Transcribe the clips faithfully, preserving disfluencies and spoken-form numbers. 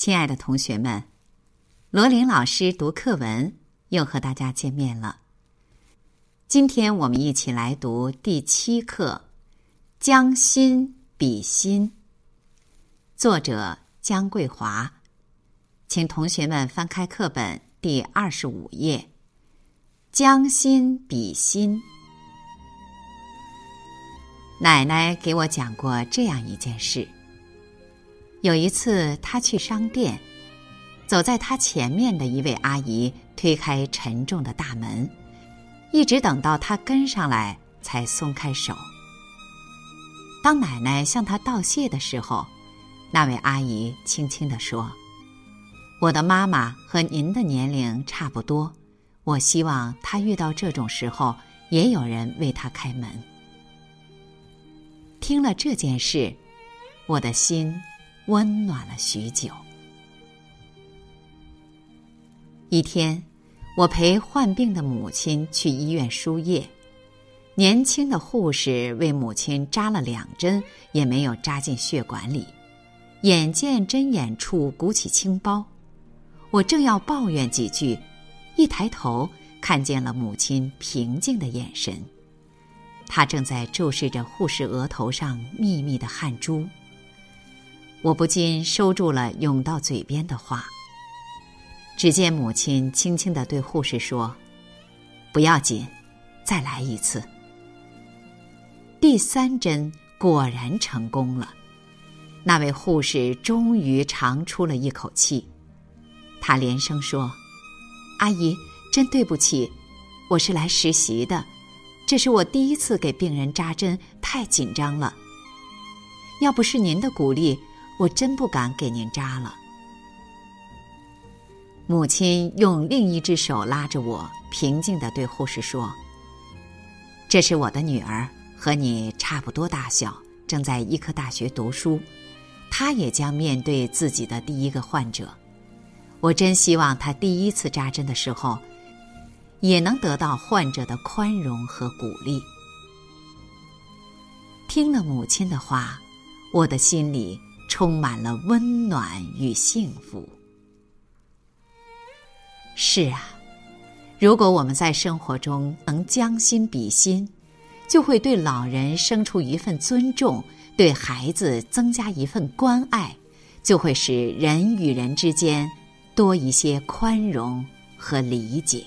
亲爱的同学们，罗琳老师读课文又和大家见面了。今天我们一起来读第七课《将心比心》，作者姜桂华。请同学们翻开课本第二十五页，将心比心。奶奶给我讲过这样一件事。有一次她去商店，走在她前面的一位阿姨推开沉重的大门，一直等到她跟上来才松开手。当奶奶向她道谢的时候，那位阿姨轻轻地说：我的妈妈和您的年龄差不多，我希望她遇到这种时候也有人为她开门。听了这件事，我的心温暖了许久。一天，我陪患病的母亲去医院输液，年轻的护士为母亲扎了两针，也没有扎进血管里，眼见针眼处鼓起青包。我正要抱怨几句，一抬头看见了母亲平静的眼神，她正在注视着护士额头上密密的汗珠。我不禁收住了涌到嘴边的话。只见母亲轻轻地对护士说：不要紧，再来一次。第三针果然成功了，那位护士终于长出了一口气。他连声说：阿姨，真对不起，我是来实习的，这是我第一次给病人扎针，太紧张了。要不是您的鼓励，我真不敢给您扎了。母亲用另一只手拉着我，平静地对护士说：这是我的女儿，和你差不多大小，正在医科大学读书，她也将面对自己的第一个患者。我真希望她第一次扎针的时候，也能得到患者的宽容和鼓励。听了母亲的话，我的心里充满了温暖与幸福。是啊，如果我们在生活中能将心比心，就会对老人生出一份尊重，对孩子增加一份关爱，就会使人与人之间多一些宽容和理解。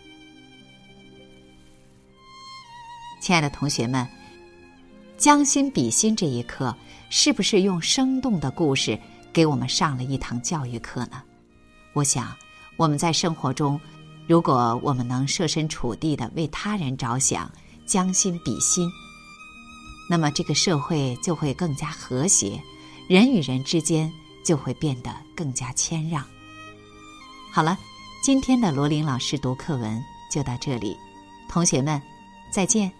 亲爱的同学们，将心比心这一课是不是用生动的故事给我们上了一堂教育课呢？我想我们在生活中，如果我们能设身处地地为他人着想，将心比心，那么这个社会就会更加和谐，人与人之间就会变得更加谦让。好了，今天的罗琳老师读课文就到这里，同学们，再见。